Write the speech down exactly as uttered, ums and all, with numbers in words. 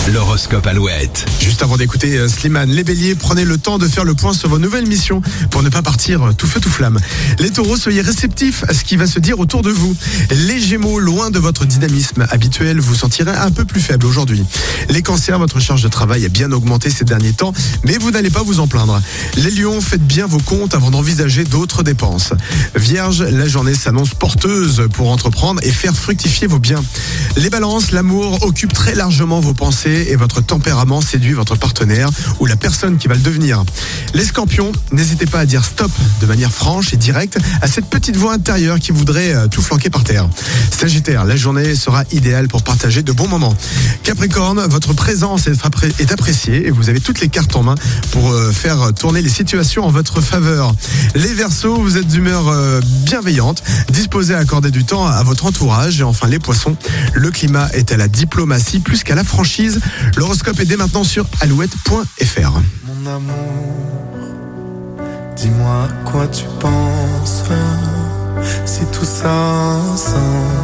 L'horoscope Alouette. Juste avant d'écouter euh, Slimane, les béliers, prenez le temps de faire le point sur vos nouvelles missions pour ne pas partir euh, tout feu tout flamme. Les taureaux, soyez réceptifs à ce qui va se dire autour de vous. Les gémeaux, loin de votre dynamisme habituel, vous sentirez un peu plus faible aujourd'hui. Les cancers, votre charge de travail a bien augmenté ces derniers temps, mais vous n'allez pas vous en plaindre. Les lions, faites bien vos comptes avant d'envisager d'autres dépenses. Vierge, la journée s'annonce porteuse pour entreprendre et faire fructifier vos biens. Les balances, l'amour occupe très largement vos pensées et votre tempérament séduit votre partenaire ou la personne qui va le devenir. Les scorpions, n'hésitez pas à dire stop de manière franche et directe à cette petite voix intérieure qui voudrait euh, tout flanquer par terre. Sagittaire, la journée sera idéale pour partager de bons moments. Capricorne, votre présence est, appré- est appréciée et vous avez toutes les cartes en main pour euh, faire tourner les situations en votre faveur. Les Verseaux, vous êtes d'humeur euh, bienveillante, disposés à accorder du temps à votre entourage. Et enfin les Poissons, le climat est à la diplomatie plus qu'à la franchise. L'horoscope est dès maintenant sur alouette point f r. Mon amour, dis-moi à quoi tu penses, si tout ça ensemble